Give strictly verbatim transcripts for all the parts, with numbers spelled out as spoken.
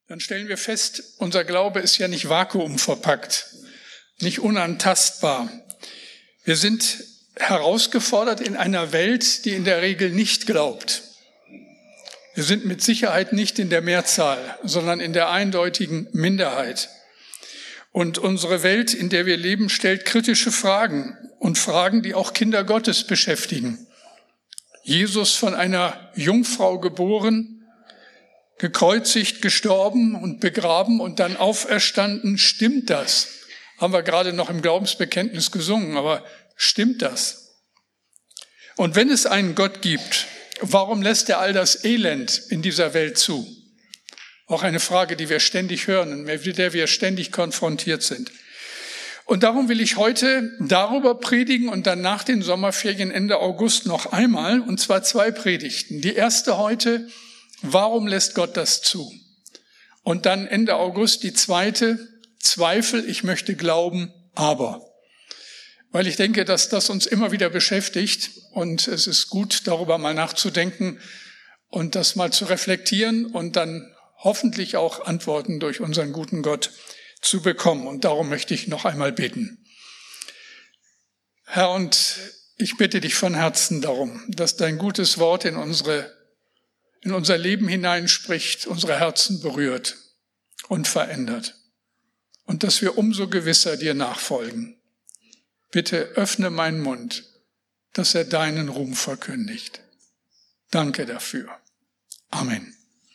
dann stellen wir fest, unser Glaube ist ja nicht vakuumverpackt, nicht unantastbar. Wir sind herausgefordert in einer Welt, die in der Regel nicht glaubt. Wir sind mit Sicherheit nicht in der Mehrzahl, sondern in der eindeutigen Minderheit. Und unsere Welt, in der wir leben, stellt kritische Fragen und Fragen, die auch Kinder Gottes beschäftigen. Jesus von einer Jungfrau geboren, gekreuzigt, gestorben und begraben und dann auferstanden. Stimmt das? Haben wir gerade noch im Glaubensbekenntnis gesungen, aber stimmt das? Und wenn es einen Gott gibt, warum lässt er all das Elend in dieser Welt zu? Auch eine Frage, die wir ständig hören, mit der wir ständig konfrontiert sind. Und darum will ich heute darüber predigen und dann nach den Sommerferien Ende August noch einmal, und zwar zwei Predigten. Die erste heute: Warum lässt Gott das zu? Und dann Ende August die zweite: Zweifel, ich möchte glauben, aber. Weil ich denke, dass das uns immer wieder beschäftigt und es ist gut, darüber mal nachzudenken und das mal zu reflektieren und dann hoffentlich auch Antworten durch unseren guten Gott zu bekommen. Und darum möchte ich noch einmal beten. Herr, und ich bitte dich von Herzen darum, dass dein gutes Wort in unsere in unser Leben hineinspricht, unsere Herzen berührt und verändert. Und dass wir umso gewisser dir nachfolgen. Bitte öffne meinen Mund, dass er deinen Ruhm verkündigt. Danke dafür. Amen.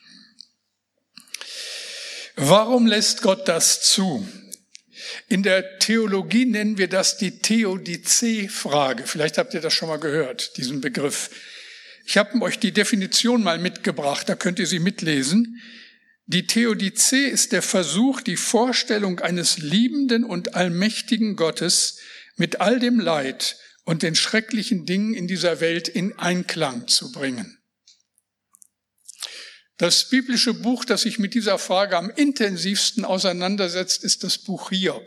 Warum lässt Gott das zu? In der Theologie nennen wir das die Theodizee-Frage. Vielleicht habt ihr das schon mal gehört, diesen Begriff. Ich habe euch die Definition mal mitgebracht, da könnt ihr sie mitlesen. Die Theodizee ist der Versuch, die Vorstellung eines liebenden und allmächtigen Gottes mit all dem Leid und den schrecklichen Dingen in dieser Welt in Einklang zu bringen. Das biblische Buch, das sich mit dieser Frage am intensivsten auseinandersetzt, ist das Buch Hiob.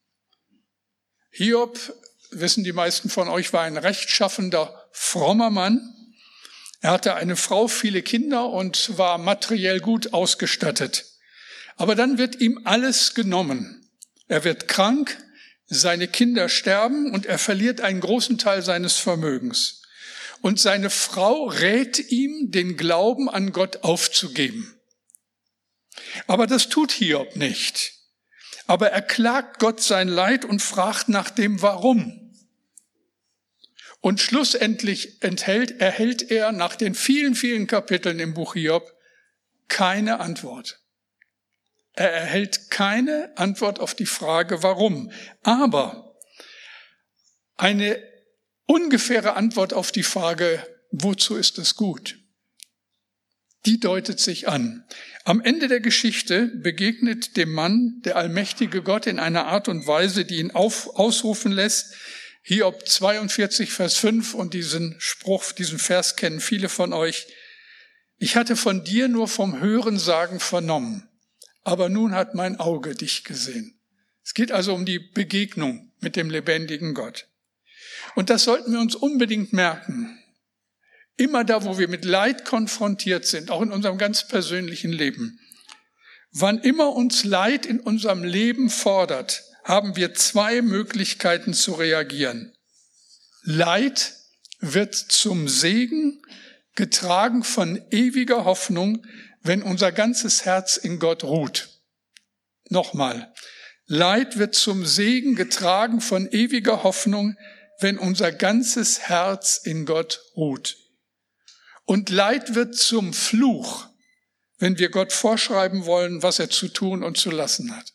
Hiob, wissen die meisten von euch, war ein rechtschaffender, frommer Mann. Er hatte eine Frau, viele Kinder und war materiell gut ausgestattet. Aber dann wird ihm alles genommen. Er wird krank, seine Kinder sterben und er verliert einen großen Teil seines Vermögens. Und seine Frau rät ihm, den Glauben an Gott aufzugeben. Aber das tut Hiob nicht. Aber er klagt Gott sein Leid und fragt nach dem Warum. Und schlussendlich enthält, erhält er nach den vielen, vielen Kapiteln im Buch Hiob keine Antwort. Er erhält keine Antwort auf die Frage, warum. Aber eine ungefähre Antwort auf die Frage, wozu ist es gut? Die deutet sich an. Am Ende der Geschichte begegnet dem Mann der allmächtige Gott in einer Art und Weise, die ihn auf, ausrufen lässt. Hiob zweiundvierzig, Vers fünf, und diesen Spruch, diesen Vers kennen viele von euch. Ich hatte von dir nur vom Hörensagen vernommen, aber nun hat mein Auge dich gesehen. Es geht also um die Begegnung mit dem lebendigen Gott. Und das sollten wir uns unbedingt merken. Immer da, wo wir mit Leid konfrontiert sind, auch in unserem ganz persönlichen Leben. Wann immer uns Leid in unserem Leben fordert, haben wir zwei Möglichkeiten zu reagieren. Leid wird zum Segen, getragen von ewiger Hoffnung, wenn unser ganzes Herz in Gott ruht. Nochmal. Leid wird zum Segen, getragen von ewiger Hoffnung, wenn unser ganzes Herz in Gott ruht. Und Leid wird zum Fluch, wenn wir Gott vorschreiben wollen, was er zu tun und zu lassen hat.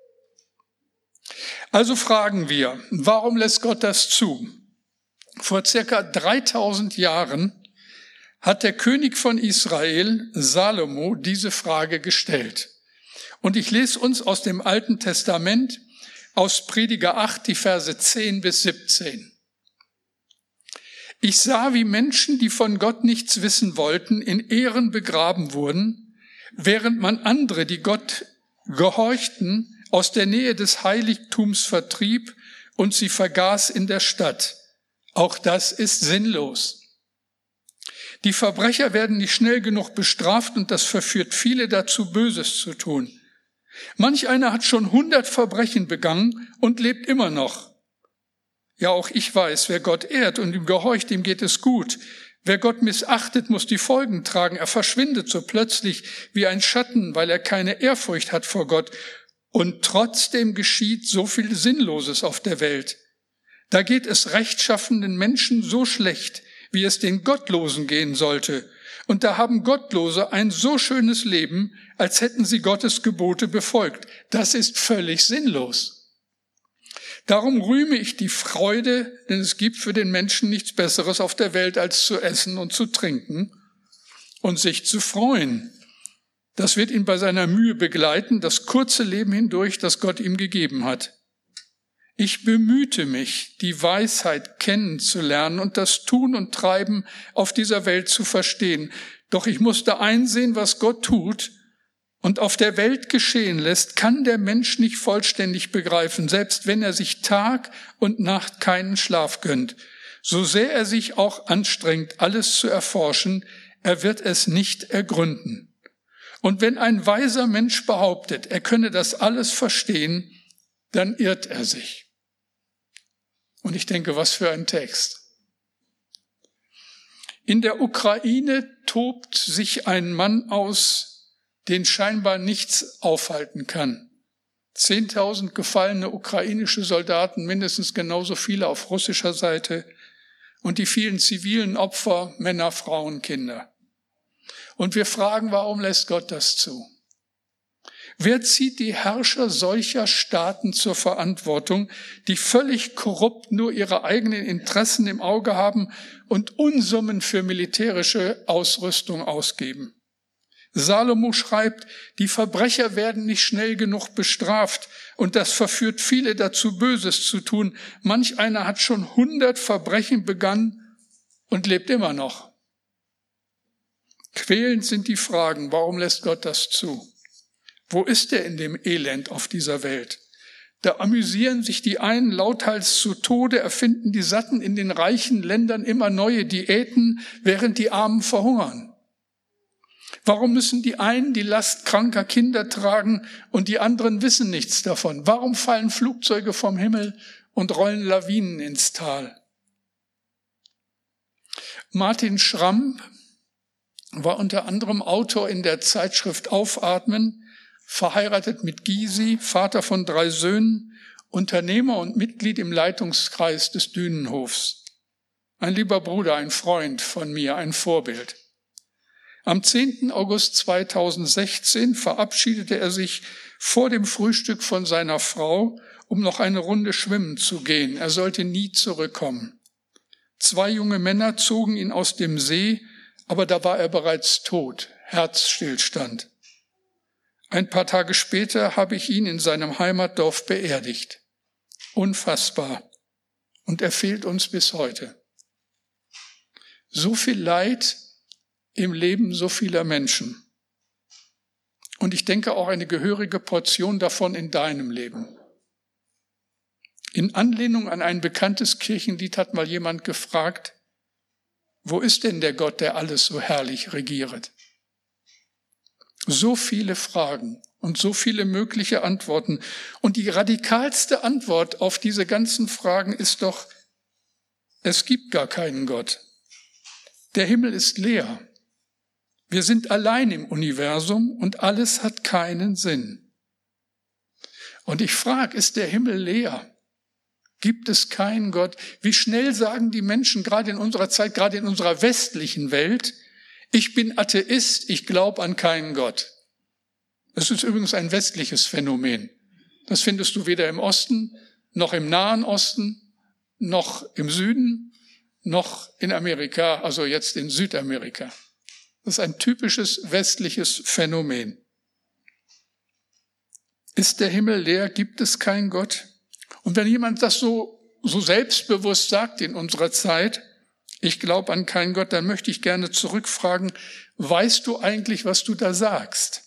Also fragen wir, warum lässt Gott das zu? Vor circa dreitausend Jahren hat der König von Israel, Salomo, diese Frage gestellt. Und ich lese uns aus dem Alten Testament, aus Prediger acht, die Verse zehn bis siebzehn. Ich sah, wie Menschen, die von Gott nichts wissen wollten, in Ehren begraben wurden, während man andere, die Gott gehorchten, aus der Nähe des Heiligtums vertrieb und sie vergaß in der Stadt. Auch das ist sinnlos. Die Verbrecher werden nicht schnell genug bestraft und das verführt viele dazu, Böses zu tun. Manch einer hat schon hundert Verbrechen begangen und lebt immer noch. Ja, auch ich weiß, wer Gott ehrt und ihm gehorcht, dem geht es gut. Wer Gott missachtet, muss die Folgen tragen. Er verschwindet so plötzlich wie ein Schatten, weil er keine Ehrfurcht hat vor Gott. Und trotzdem geschieht so viel Sinnloses auf der Welt. Da geht es rechtschaffenden Menschen so schlecht, wie es den Gottlosen gehen sollte. Und da haben Gottlose ein so schönes Leben, als hätten sie Gottes Gebote befolgt. Das ist völlig sinnlos. Darum rühme ich die Freude, denn es gibt für den Menschen nichts Besseres auf der Welt, als zu essen und zu trinken und sich zu freuen. Das wird ihn bei seiner Mühe begleiten, das kurze Leben hindurch, das Gott ihm gegeben hat. Ich bemühte mich, die Weisheit kennenzulernen und das Tun und Treiben auf dieser Welt zu verstehen. Doch ich musste einsehen, was Gott tut und auf der Welt geschehen lässt, kann der Mensch nicht vollständig begreifen, selbst wenn er sich Tag und Nacht keinen Schlaf gönnt. So sehr er sich auch anstrengt, alles zu erforschen, er wird es nicht ergründen. Und wenn ein weiser Mensch behauptet, er könne das alles verstehen, dann irrt er sich. Und ich denke, was für ein Text. In der Ukraine tobt sich ein Mann aus, den scheinbar nichts aufhalten kann. Zehntausend gefallene ukrainische Soldaten, mindestens genauso viele auf russischer Seite und die vielen zivilen Opfer, Männer, Frauen, Kinder. Und wir fragen, warum lässt Gott das zu? Wer zieht die Herrscher solcher Staaten zur Verantwortung, die völlig korrupt nur ihre eigenen Interessen im Auge haben und Unsummen für militärische Ausrüstung ausgeben? Salomo schreibt, die Verbrecher werden nicht schnell genug bestraft und das verführt viele dazu, Böses zu tun. Manch einer hat schon hundert Verbrechen begangen und lebt immer noch. Quälend sind die Fragen, warum lässt Gott das zu? Wo ist er in dem Elend auf dieser Welt? Da amüsieren sich die einen lauthals zu Tode, erfinden die Satten in den reichen Ländern immer neue Diäten, während die Armen verhungern. Warum müssen die einen die Last kranker Kinder tragen und die anderen wissen nichts davon? Warum fallen Flugzeuge vom Himmel und rollen Lawinen ins Tal? Martin Schramm war unter anderem Autor in der Zeitschrift Aufatmen, verheiratet mit Gysi, Vater von drei Söhnen, Unternehmer und Mitglied im Leitungskreis des Dünenhofs. Ein lieber Bruder, ein Freund von mir, ein Vorbild. Am zehnten August zweitausendsechzehn verabschiedete er sich vor dem Frühstück von seiner Frau, um noch eine Runde schwimmen zu gehen. Er sollte nie zurückkommen. Zwei junge Männer zogen ihn aus dem See, aber da war er bereits tot, Herzstillstand. Ein paar Tage später habe ich ihn in seinem Heimatdorf beerdigt. Unfassbar. Und er fehlt uns bis heute. So viel Leid im Leben so vieler Menschen. Und ich denke auch eine gehörige Portion davon in deinem Leben. In Anlehnung an ein bekanntes Kirchenlied hat mal jemand gefragt, wo ist denn der Gott, der alles so herrlich regiert? So viele Fragen und so viele mögliche Antworten. Und die radikalste Antwort auf diese ganzen Fragen ist doch, es gibt gar keinen Gott. Der Himmel ist leer. Wir sind allein im Universum und alles hat keinen Sinn. Und ich frage, ist der Himmel leer? Gibt es keinen Gott? Wie schnell sagen die Menschen gerade in unserer Zeit, gerade in unserer westlichen Welt, ich bin Atheist, ich glaube an keinen Gott. Das ist übrigens ein westliches Phänomen. Das findest du weder im Osten, noch im Nahen Osten, noch im Süden, noch in Amerika, also jetzt in Südamerika. Das ist ein typisches westliches Phänomen. Ist der Himmel leer? Gibt es keinen Gott? Und wenn jemand das so, so selbstbewusst sagt in unserer Zeit, ich glaube an keinen Gott, dann möchte ich gerne zurückfragen, weißt du eigentlich, was du da sagst?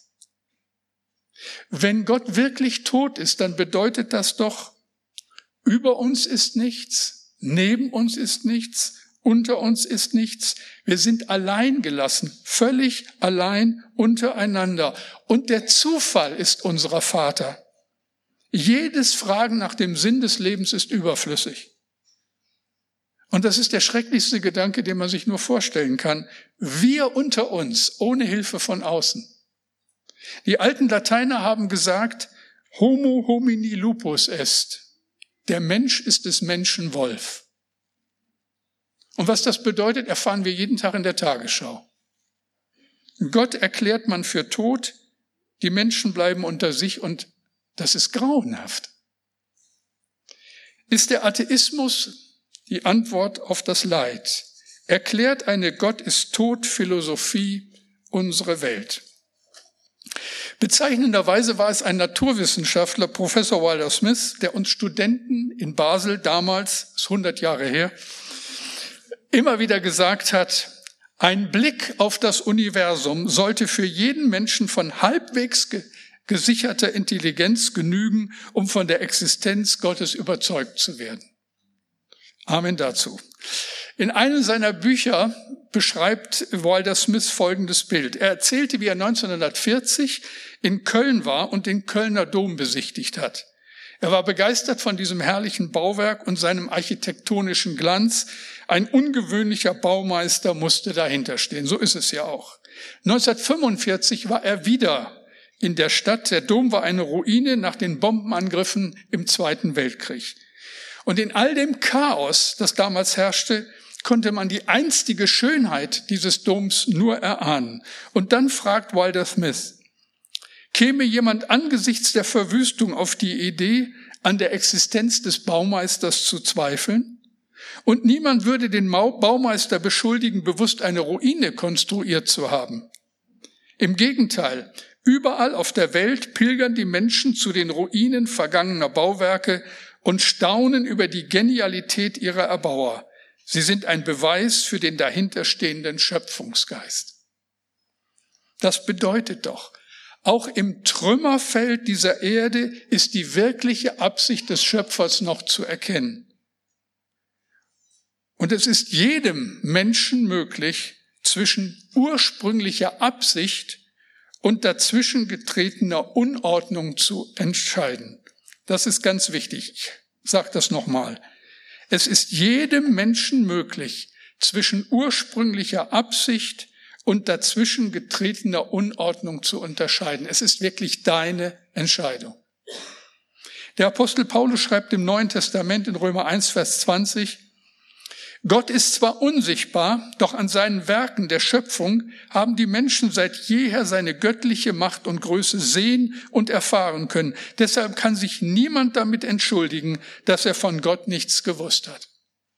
Wenn Gott wirklich tot ist, dann bedeutet das doch, über uns ist nichts, neben uns ist nichts, unter uns ist nichts. Wir sind allein gelassen, völlig allein untereinander. Und der Zufall ist unser Vater. Jedes Fragen nach dem Sinn des Lebens ist überflüssig. Und das ist der schrecklichste Gedanke, den man sich nur vorstellen kann. Wir unter uns, ohne Hilfe von außen. Die alten Lateiner haben gesagt, Homo homini lupus est. Der Mensch ist des Menschen Wolf. Und was das bedeutet, erfahren wir jeden Tag in der Tagesschau. Gott erklärt man für tot, die Menschen bleiben unter sich und das ist grauenhaft. Ist der Atheismus die Antwort auf das Leid? Erklärt eine Gott ist tot Philosophie unsere Welt? Bezeichnenderweise war es ein Naturwissenschaftler, Professor Wilder Smith, der uns Studenten in Basel damals, ist hundert Jahre her, immer wieder gesagt hat, ein Blick auf das Universum sollte für jeden Menschen von halbwegs ge- gesicherter Intelligenz genügen, um von der Existenz Gottes überzeugt zu werden. Amen dazu. In einem seiner Bücher beschreibt Wilder Smith folgendes Bild. Er erzählte, wie er neunzehnhundertvierzig in Köln war und den Kölner Dom besichtigt hat. Er war begeistert von diesem herrlichen Bauwerk und seinem architektonischen Glanz. Ein ungewöhnlicher Baumeister musste dahinter stehen. So ist es ja auch. neunzehnhundertfünfundvierzig war er wieder in der Stadt. Der Dom war eine Ruine nach den Bombenangriffen im Zweiten Weltkrieg. Und in all dem Chaos, das damals herrschte, konnte man die einstige Schönheit dieses Doms nur erahnen. Und dann fragt Wilder Smith, käme jemand angesichts der Verwüstung auf die Idee, an der Existenz des Baumeisters zu zweifeln? Und niemand würde den Baumeister beschuldigen, bewusst eine Ruine konstruiert zu haben. Im Gegenteil, überall auf der Welt pilgern die Menschen zu den Ruinen vergangener Bauwerke und staunen über die Genialität ihrer Erbauer. Sie sind ein Beweis für den dahinterstehenden Schöpfungsgeist. Das bedeutet doch, auch im Trümmerfeld dieser Erde ist die wirkliche Absicht des Schöpfers noch zu erkennen. Und es ist jedem Menschen möglich, zwischen ursprünglicher Absicht und dazwischen getretener Unordnung zu entscheiden. Das ist ganz wichtig. Ich sage das nochmal. Es ist jedem Menschen möglich, zwischen ursprünglicher Absicht und dazwischen getretener Unordnung zu unterscheiden. Es ist wirklich deine Entscheidung. Der Apostel Paulus schreibt im Neuen Testament in Römer eins, Vers zwanzig, Gott ist zwar unsichtbar, doch an seinen Werken der Schöpfung haben die Menschen seit jeher seine göttliche Macht und Größe sehen und erfahren können. Deshalb kann sich niemand damit entschuldigen, dass er von Gott nichts gewusst hat.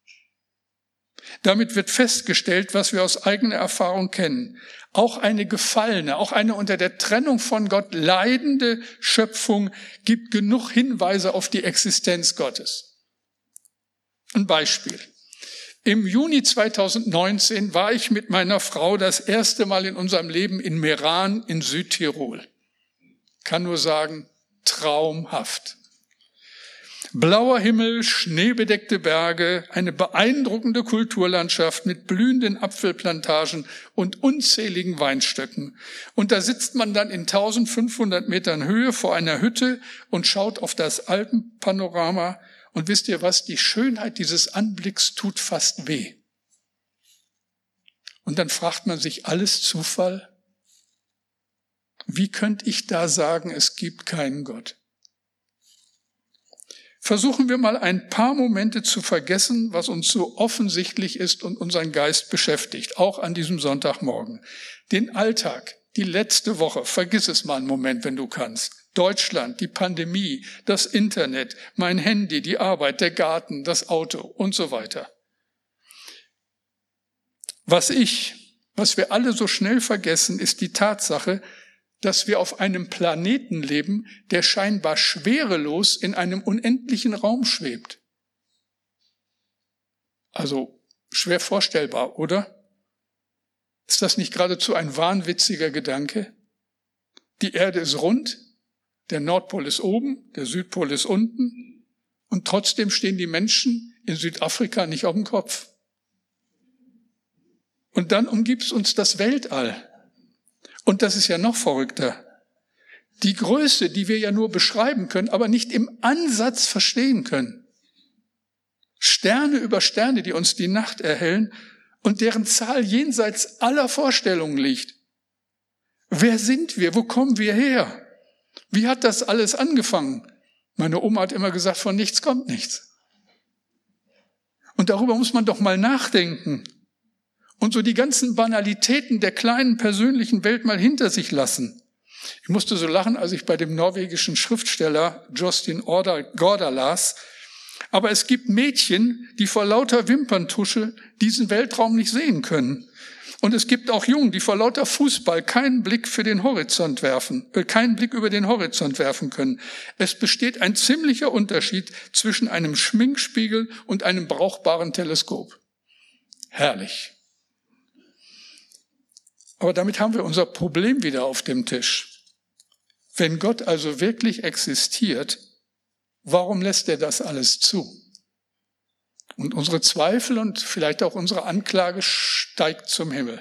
Damit wird festgestellt, was wir aus eigener Erfahrung kennen. Auch eine gefallene, auch eine unter der Trennung von Gott leidende Schöpfung gibt genug Hinweise auf die Existenz Gottes. Ein Beispiel. Im Juni zweitausendneunzehn war ich mit meiner Frau das erste Mal in unserem Leben in Meran in Südtirol. Kann nur sagen, traumhaft. Blauer Himmel, schneebedeckte Berge, eine beeindruckende Kulturlandschaft mit blühenden Apfelplantagen und unzähligen Weinstöcken. Und da sitzt man dann in eintausendfünfhundert Metern Höhe vor einer Hütte und schaut auf das Alpenpanorama. Und wisst ihr was? Die Schönheit dieses Anblicks tut fast weh. Und dann fragt man sich, alles Zufall? Wie könnte ich da sagen, es gibt keinen Gott? Versuchen wir mal ein paar Momente zu vergessen, was uns so offensichtlich ist und unseren Geist beschäftigt, auch an diesem Sonntagmorgen. Den Alltag, die letzte Woche, vergiss es mal einen Moment, wenn du kannst. Deutschland, die Pandemie, das Internet, mein Handy, die Arbeit, der Garten, das Auto und so weiter. Was ich, was wir alle so schnell vergessen, ist die Tatsache, dass wir auf einem Planeten leben, der scheinbar schwerelos in einem unendlichen Raum schwebt. Also schwer vorstellbar, oder? Ist das nicht geradezu ein wahnwitziger Gedanke? Die Erde ist rund, der Nordpol ist oben, der Südpol ist unten und trotzdem stehen die Menschen in Südafrika nicht auf dem Kopf. Und dann umgibt uns das Weltall. Und das ist ja noch verrückter. Die Größe, die wir ja nur beschreiben können, aber nicht im Ansatz verstehen können. Sterne über Sterne, die uns die Nacht erhellen und deren Zahl jenseits aller Vorstellungen liegt. Wer sind wir? Wo kommen wir her? Wie hat das alles angefangen? Meine Oma hat immer gesagt, von nichts kommt nichts. Und darüber muss man doch mal nachdenken und so die ganzen Banalitäten der kleinen persönlichen Welt mal hinter sich lassen. Ich musste so lachen, als ich bei dem norwegischen Schriftsteller Jostein Gaarder las. Aber es gibt Mädchen, die vor lauter Wimperntusche diesen Weltraum nicht sehen können. Und es gibt auch Jungen, die vor lauter Fußball keinen Blick für den Horizont werfen, äh, keinen Blick über den Horizont werfen können. Es besteht ein ziemlicher Unterschied zwischen einem Schminkspiegel und einem brauchbaren Teleskop. Herrlich. Aber damit haben wir unser Problem wieder auf dem Tisch. Wenn Gott also wirklich existiert, warum lässt er das alles zu? Und unsere Zweifel und vielleicht auch unsere Anklage steigt zum Himmel.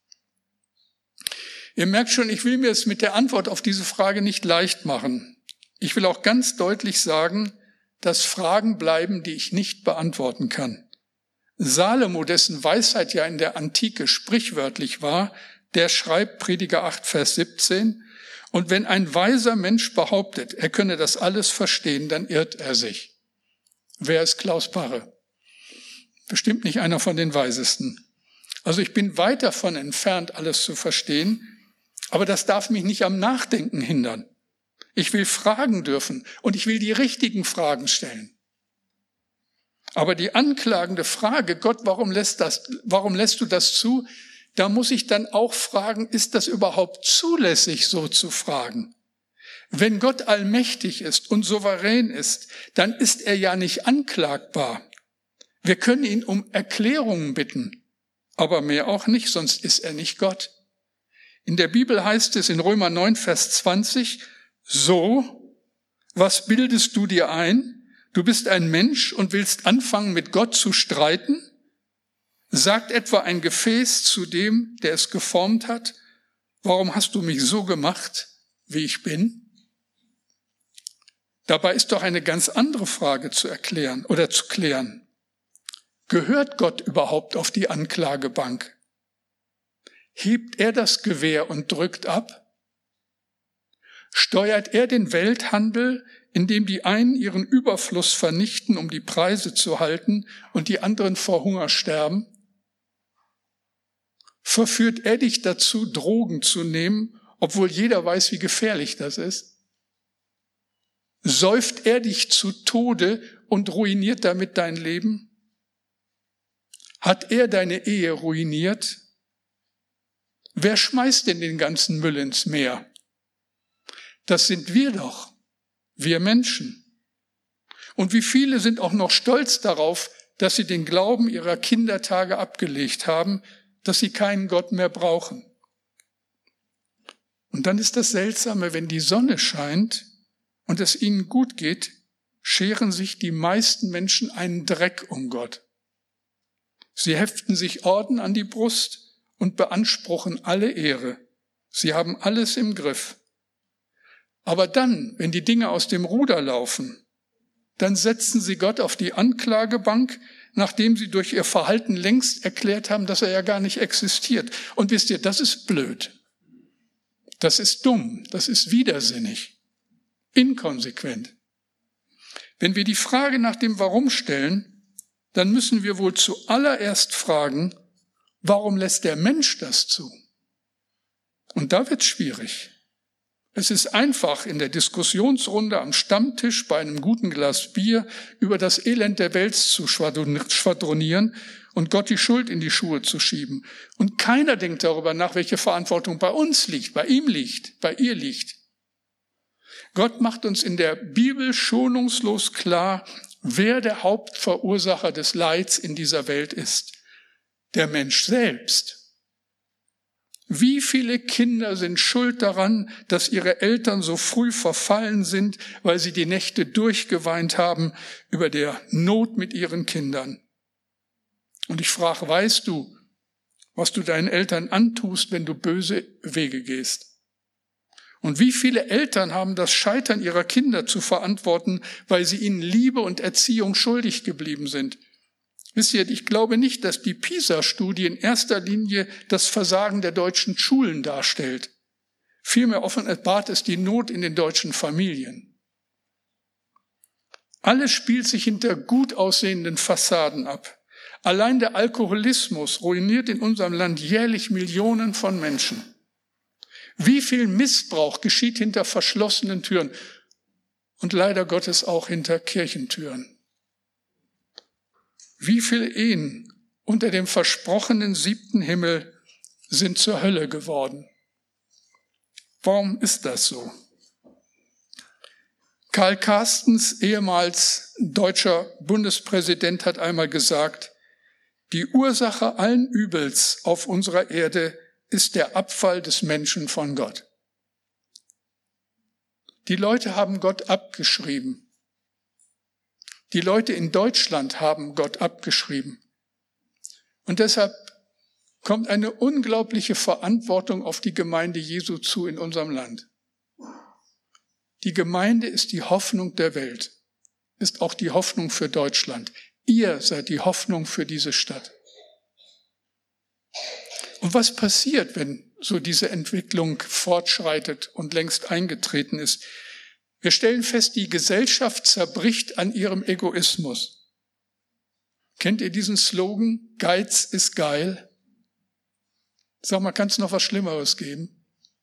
Ihr merkt schon, ich will mir es mit der Antwort auf diese Frage nicht leicht machen. Ich will auch ganz deutlich sagen, dass Fragen bleiben, die ich nicht beantworten kann. Salomo, dessen Weisheit ja in der Antike sprichwörtlich war, der schreibt Prediger acht, Vers siebzehn, und wenn ein weiser Mensch behauptet, er könne das alles verstehen, dann irrt er sich. Wer ist Klaus Parre? Bestimmt nicht einer von den Weisesten. Also ich bin weit davon entfernt, alles zu verstehen, aber das darf mich nicht am Nachdenken hindern. Ich will fragen dürfen und ich will die richtigen Fragen stellen. Aber die anklagende Frage, Gott, warum lässt das, warum lässt du das zu? Da muss ich dann auch fragen, ist das überhaupt zulässig, so zu fragen? Wenn Gott allmächtig ist und souverän ist, dann ist er ja nicht anklagbar. Wir können ihn um Erklärungen bitten, aber mehr auch nicht, sonst ist er nicht Gott. In der Bibel heißt es in Römer neun, Vers zwanzig, so, was bildest du dir ein? Du bist ein Mensch und willst anfangen, mit Gott zu streiten? Sagt etwa ein Gefäß zu dem, der es geformt hat, warum hast du mich so gemacht, wie ich bin? Dabei ist doch eine ganz andere Frage zu erklären oder zu klären. Gehört Gott überhaupt auf die Anklagebank? Hebt er das Gewehr und drückt ab? Steuert er den Welthandel, indem die einen ihren Überfluss vernichten, um die Preise zu halten, und die anderen vor Hunger sterben? Verführt er dich dazu, Drogen zu nehmen, obwohl jeder weiß, wie gefährlich das ist? Säuft er dich zu Tode und ruiniert damit dein Leben? Hat er deine Ehe ruiniert? Wer schmeißt denn den ganzen Müll ins Meer? Das sind wir doch, wir Menschen. Und wie viele sind auch noch stolz darauf, dass sie den Glauben ihrer Kindertage abgelegt haben, dass sie keinen Gott mehr brauchen. Und dann ist das Seltsame, wenn die Sonne scheint und es ihnen gut geht, scheren sich die meisten Menschen einen Dreck um Gott. Sie heften sich Orden an die Brust und beanspruchen alle Ehre. Sie haben alles im Griff. Aber dann, wenn die Dinge aus dem Ruder laufen, dann setzen sie Gott auf die Anklagebank, nachdem sie durch ihr Verhalten längst erklärt haben, dass er ja gar nicht existiert. Und wisst ihr, das ist blöd. Das ist dumm. Das ist widersinnig. Inkonsequent. Wenn wir die Frage nach dem Warum stellen, dann müssen wir wohl zuallererst fragen, warum lässt der Mensch das zu? Und da wird's schwierig. Es ist einfach, in der Diskussionsrunde am Stammtisch bei einem guten Glas Bier über das Elend der Welt zu schwadronieren und Gott die Schuld in die Schuhe zu schieben. Und keiner denkt darüber nach, welche Verantwortung bei uns liegt, bei ihm liegt, bei ihr liegt. Gott macht uns in der Bibel schonungslos klar, wer der Hauptverursacher des Leids in dieser Welt ist. Der Mensch selbst. Wie viele Kinder sind schuld daran, dass ihre Eltern so früh verfallen sind, weil sie die Nächte durchgeweint haben über der Not mit ihren Kindern? Und ich frage, weißt du, was du deinen Eltern antust, wenn du böse Wege gehst. Und wie viele Eltern haben das Scheitern ihrer Kinder zu verantworten, weil sie ihnen Liebe und Erziehung schuldig geblieben sind. Wisst ihr, ich glaube nicht, dass die PISA-Studie in erster Linie das Versagen der deutschen Schulen darstellt. Vielmehr offenbart es die Not in den deutschen Familien. Alles spielt sich hinter gut aussehenden Fassaden ab. Allein der Alkoholismus ruiniert in unserem Land jährlich Millionen von Menschen. Wie viel Missbrauch geschieht hinter verschlossenen Türen und leider Gottes auch hinter Kirchentüren. Wie viele Ehen unter dem versprochenen siebten Himmel sind zur Hölle geworden? Warum ist das so? Karl Carstens, ehemals deutscher Bundespräsident, hat einmal gesagt, die Ursache allen Übels auf unserer Erde ist der Abfall des Menschen von Gott. Die Leute haben Gott abgeschrieben. Die Leute in Deutschland haben Gott abgeschrieben. Und deshalb kommt eine unglaubliche Verantwortung auf die Gemeinde Jesu zu in unserem Land. Die Gemeinde ist die Hoffnung der Welt, ist auch die Hoffnung für Deutschland. Ihr seid die Hoffnung für diese Stadt. Und was passiert, wenn so diese Entwicklung fortschreitet und längst eingetreten ist? Wir stellen fest, die Gesellschaft zerbricht an ihrem Egoismus. Kennt ihr diesen Slogan? Geiz ist geil. Sag mal, kann es noch was Schlimmeres geben?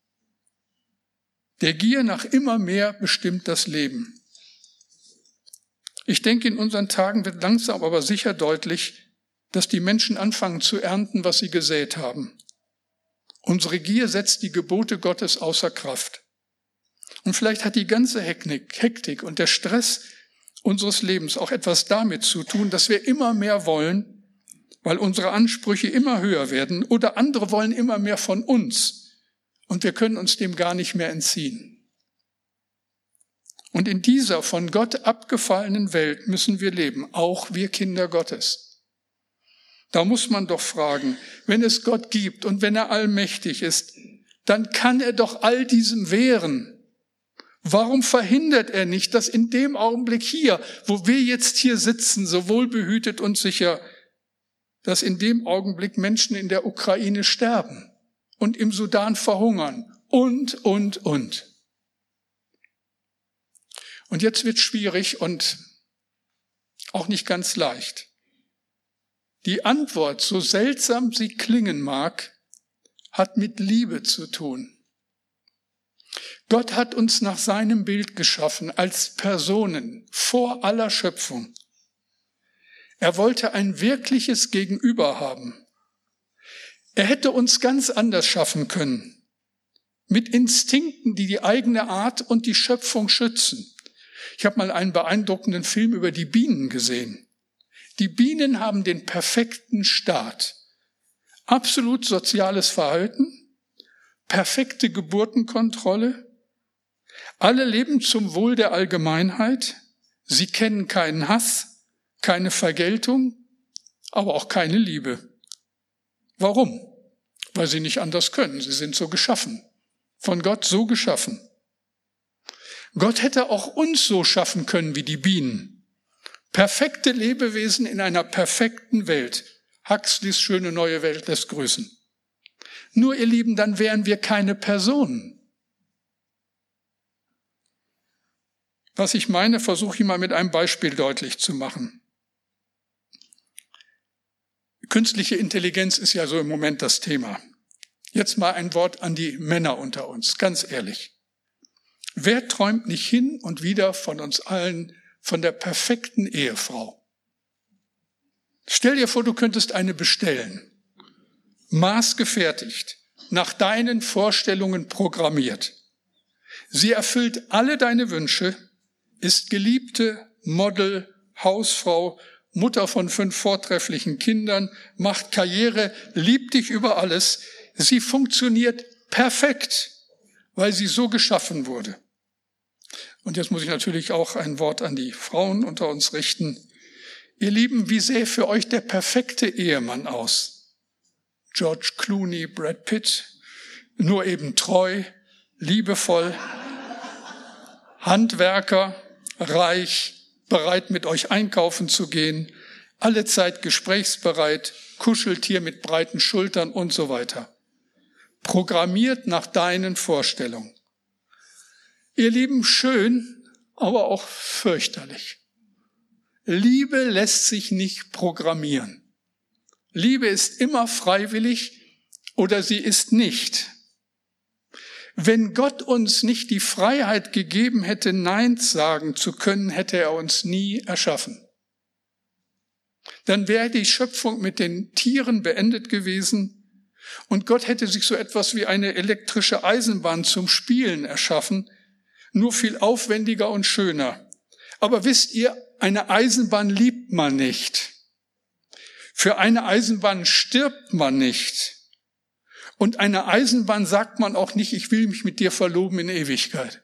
Der Gier nach immer mehr bestimmt das Leben. Ich denke, in unseren Tagen wird langsam aber sicher deutlich, dass die Menschen anfangen zu ernten, was sie gesät haben. Unsere Gier setzt die Gebote Gottes außer Kraft. Und vielleicht hat die ganze Hektik, Hektik und der Stress unseres Lebens auch etwas damit zu tun, dass wir immer mehr wollen, weil unsere Ansprüche immer höher werden oder andere wollen immer mehr von uns und wir können uns dem gar nicht mehr entziehen. Und in dieser von Gott abgefallenen Welt müssen wir leben, auch wir Kinder Gottes. Da muss man doch fragen, wenn es Gott gibt und wenn er allmächtig ist, dann kann er doch all diesem wehren. Warum verhindert er nicht, dass in dem Augenblick hier, wo wir jetzt hier sitzen, so wohlbehütet und sicher, dass in dem Augenblick Menschen in der Ukraine sterben und im Sudan verhungern und, und, und. Und jetzt wird schwierig und auch nicht ganz leicht. Die Antwort, so seltsam sie klingen mag, hat mit Liebe zu tun. Gott hat uns nach seinem Bild geschaffen, als Personen vor aller Schöpfung. Er wollte ein wirkliches Gegenüber haben. Er hätte uns ganz anders schaffen können, mit Instinkten, die die eigene Art und die Schöpfung schützen. Ich habe mal einen beeindruckenden Film über die Bienen gesehen. Die Bienen haben den perfekten Staat. Absolut soziales Verhalten, perfekte Geburtenkontrolle. Alle leben zum Wohl der Allgemeinheit. Sie kennen keinen Hass, keine Vergeltung, aber auch keine Liebe. Warum? Weil sie nicht anders können. Sie sind so geschaffen. Von Gott so geschaffen. Gott hätte auch uns so schaffen können wie die Bienen. Perfekte Lebewesen in einer perfekten Welt. Huxleys schöne neue Welt lässt grüßen. Nur, ihr Lieben, dann wären wir keine Personen. Was ich meine, versuche ich mal mit einem Beispiel deutlich zu machen. Künstliche Intelligenz ist ja so im Moment das Thema. Jetzt mal ein Wort an die Männer unter uns, ganz ehrlich. Wer träumt nicht hin und wieder von uns allen von der perfekten Ehefrau? Stell dir vor, du könntest eine bestellen, maßgefertigt, nach deinen Vorstellungen programmiert. Sie erfüllt alle deine Wünsche, ist Geliebte, Model, Hausfrau, Mutter von fünf vortrefflichen Kindern, macht Karriere, liebt dich über alles. Sie funktioniert perfekt, weil sie so geschaffen wurde. Und jetzt muss ich natürlich auch ein Wort an die Frauen unter uns richten. Ihr Lieben, wie sähe für euch der perfekte Ehemann aus? George Clooney, Brad Pitt, nur eben treu, liebevoll, Handwerker, reich, bereit mit euch einkaufen zu gehen, allezeit gesprächsbereit, Kuscheltier mit breiten Schultern und so weiter. Programmiert nach deinen Vorstellungen. Ihr Lieben, schön, aber auch fürchterlich. Liebe lässt sich nicht programmieren. Liebe ist immer freiwillig oder sie ist nicht. Wenn Gott uns nicht die Freiheit gegeben hätte, Nein sagen zu können, hätte er uns nie erschaffen. Dann wäre die Schöpfung mit den Tieren beendet gewesen und Gott hätte sich so etwas wie eine elektrische Eisenbahn zum Spielen erschaffen, nur viel aufwendiger und schöner. Aber wisst ihr, eine Eisenbahn liebt man nicht. Für eine Eisenbahn stirbt man nicht. Und eine Eisenbahn sagt man auch nicht, ich will mich mit dir verloben in Ewigkeit.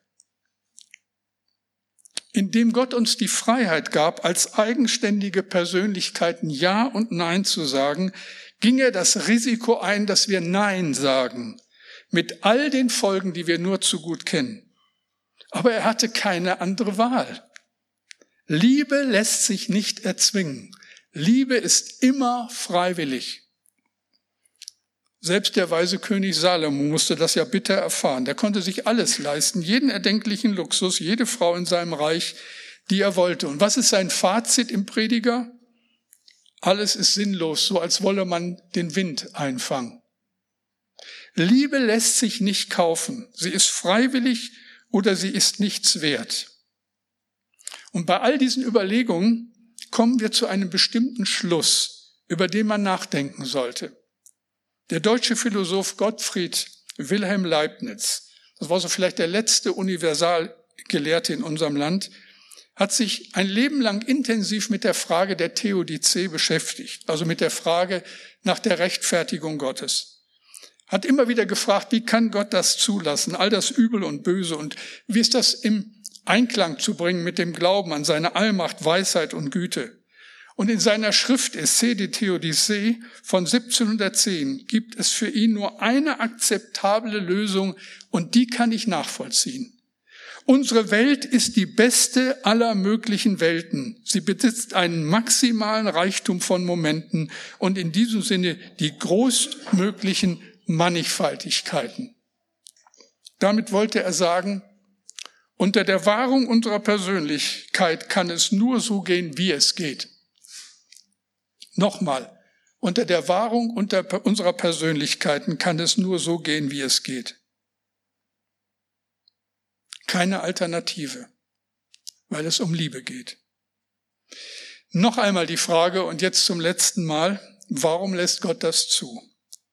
Indem Gott uns die Freiheit gab, als eigenständige Persönlichkeiten Ja und Nein zu sagen, ging er das Risiko ein, dass wir Nein sagen, mit all den Folgen, die wir nur zu gut kennen. Aber er hatte keine andere Wahl. Liebe lässt sich nicht erzwingen. Liebe ist immer freiwillig. Selbst der weise König Salomo musste das ja bitter erfahren. Der konnte sich alles leisten, jeden erdenklichen Luxus, jede Frau in seinem Reich, die er wollte. Und was ist sein Fazit im Prediger? Alles ist sinnlos, so als wolle man den Wind einfangen. Liebe lässt sich nicht kaufen. Sie ist freiwillig oder sie ist nichts wert. Und bei all diesen Überlegungen kommen wir zu einem bestimmten Schluss, über den man nachdenken sollte. Der deutsche Philosoph Gottfried Wilhelm Leibniz, das war so vielleicht der letzte Universalgelehrte in unserem Land, hat sich ein Leben lang intensiv mit der Frage der Theodizee beschäftigt, also mit der Frage nach der Rechtfertigung Gottes. Hat immer wieder gefragt, wie kann Gott das zulassen, all das Übel und Böse, und wie ist das im Einklang zu bringen mit dem Glauben an seine Allmacht, Weisheit und Güte. Und in seiner Schrift Essai de Théodicée von siebzehnhundertzehn gibt es für ihn nur eine akzeptable Lösung, und die kann ich nachvollziehen. Unsere Welt ist die beste aller möglichen Welten. Sie besitzt einen maximalen Reichtum von Momenten und in diesem Sinne die größtmöglichen Mannigfaltigkeiten. Damit wollte er sagen, unter der Wahrung unserer Persönlichkeit kann es nur so gehen, wie es geht. Nochmal, unter der Wahrung unter unserer Persönlichkeiten kann es nur so gehen, wie es geht. Keine Alternative, weil es um Liebe geht. Noch einmal die Frage, und jetzt zum letzten Mal, warum lässt Gott das zu?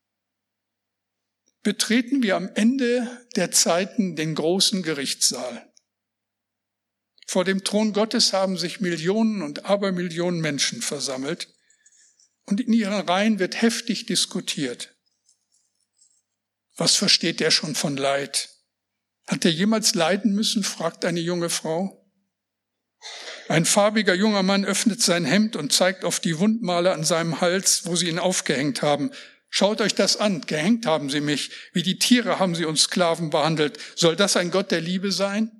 Betreten wir am Ende der Zeiten den großen Gerichtssaal. Vor dem Thron Gottes haben sich Millionen und Abermillionen Menschen versammelt. Und in ihren Reihen wird heftig diskutiert. Was versteht der schon von Leid? Hat er jemals leiden müssen, fragt eine junge Frau. Ein farbiger junger Mann öffnet sein Hemd und zeigt auf die Wundmale an seinem Hals, wo sie ihn aufgehängt haben. Schaut euch das an, gehängt haben sie mich. Wie die Tiere haben sie uns Sklaven behandelt. Soll das ein Gott der Liebe sein?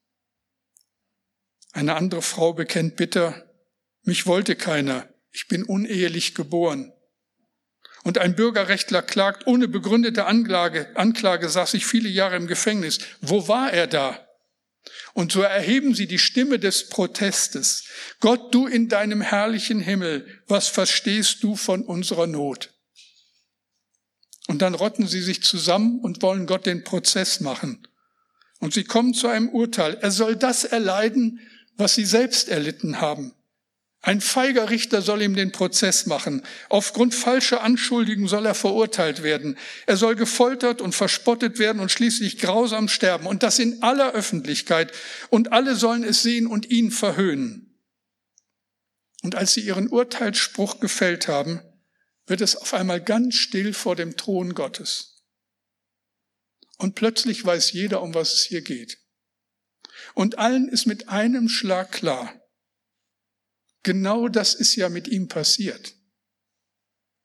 Eine andere Frau bekennt bitter, mich wollte keiner. Ich bin unehelich geboren. Und ein Bürgerrechtler klagt, ohne begründete Anklage, Anklage saß ich viele Jahre im Gefängnis. Wo war er da? Und so erheben sie die Stimme des Protestes. Gott, du in deinem herrlichen Himmel, was verstehst du von unserer Not? Und dann rotten sie sich zusammen und wollen Gott den Prozess machen. Und sie kommen zu einem Urteil. Er soll das erleiden, was sie selbst erlitten haben. Ein feiger Richter soll ihm den Prozess machen. Aufgrund falscher Anschuldigungen soll er verurteilt werden. Er soll gefoltert und verspottet werden und schließlich grausam sterben. Und das in aller Öffentlichkeit. Und alle sollen es sehen und ihn verhöhnen. Und als sie ihren Urteilsspruch gefällt haben, wird es auf einmal ganz still vor dem Thron Gottes. Und plötzlich weiß jeder, um was es hier geht. Und allen ist mit einem Schlag klar, genau das ist ja mit ihm passiert.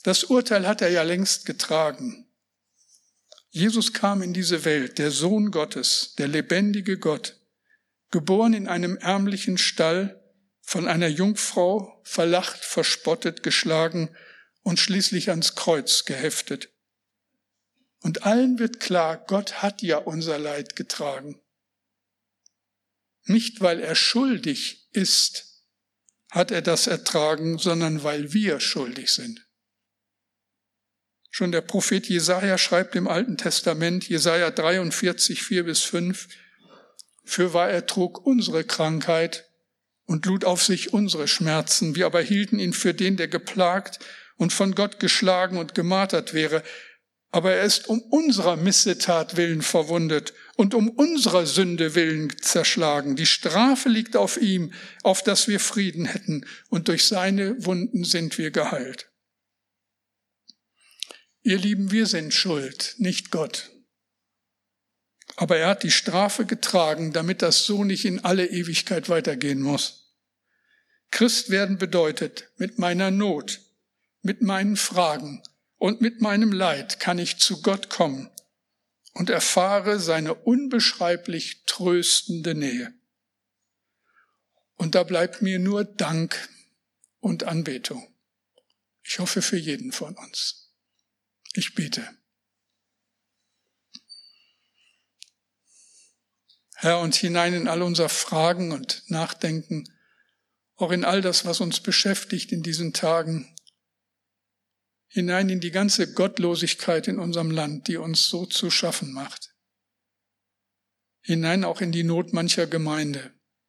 Das Urteil hat er ja längst getragen. Jesus kam in diese Welt, der Sohn Gottes, der lebendige Gott, geboren in einem ärmlichen Stall, von einer Jungfrau, verlacht, verspottet, geschlagen und schließlich ans Kreuz geheftet. Und allen wird klar, Gott hat ja unser Leid getragen. Nicht, weil er schuldig ist, hat er das ertragen, sondern weil wir schuldig sind. Schon der Prophet Jesaja schreibt im Alten Testament, Jesaja dreiundvierzig, vier bis fünf, fürwahr er trug unsere Krankheit und lud auf sich unsere Schmerzen. Wir aber hielten ihn für den, der geplagt und von Gott geschlagen und gemartert wäre. Aber er ist um unserer Missetat willen verwundet und um unserer Sünde willen zerschlagen. Die Strafe liegt auf ihm, auf dass wir Frieden hätten, und durch seine Wunden sind wir geheilt. Ihr Lieben, wir sind schuld, nicht Gott. Aber er hat die Strafe getragen, damit das so nicht in alle Ewigkeit weitergehen muss. Christwerden bedeutet, mit meiner Not, mit meinen Fragen und mit meinem Leid kann ich zu Gott kommen und erfahre seine unbeschreiblich tröstende Nähe. Und da bleibt mir nur Dank und Anbetung. Ich hoffe für jeden von uns. Ich bete. Herr, und hinein in all unser Fragen und Nachdenken, auch in all das, was uns beschäftigt in diesen Tagen, hinein in die ganze Gottlosigkeit in unserem Land, die uns so zu schaffen macht, hinein auch in die Not mancher Gemeinde.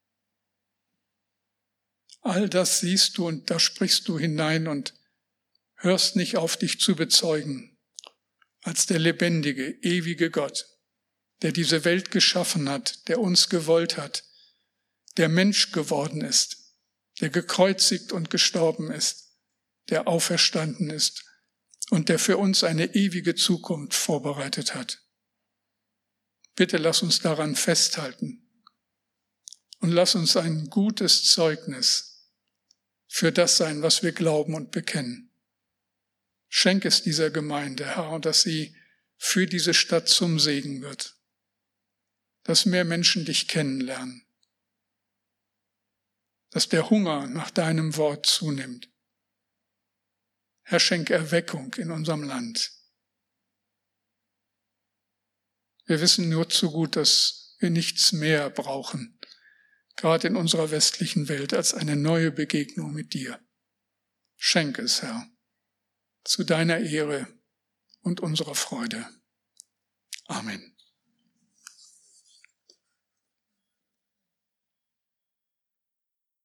All das siehst du und da sprichst du hinein und hörst nicht auf, dich zu bezeugen, als der lebendige, ewige Gott, der diese Welt geschaffen hat, der uns gewollt hat, der Mensch geworden ist, der gekreuzigt und gestorben ist, der auferstanden ist und der für uns eine ewige Zukunft vorbereitet hat. Bitte lass uns daran festhalten und lass uns ein gutes Zeugnis für das sein, was wir glauben und bekennen. Schenk es dieser Gemeinde, Herr, dass sie für diese Stadt zum Segen wird, dass mehr Menschen dich kennenlernen, dass der Hunger nach deinem Wort zunimmt. Herr, schenk Erweckung in unserem Land. Wir wissen nur zu gut, dass wir nichts mehr brauchen, gerade in unserer westlichen Welt, als eine neue Begegnung mit dir. Schenk es, Herr, zu deiner Ehre und unserer Freude. Amen.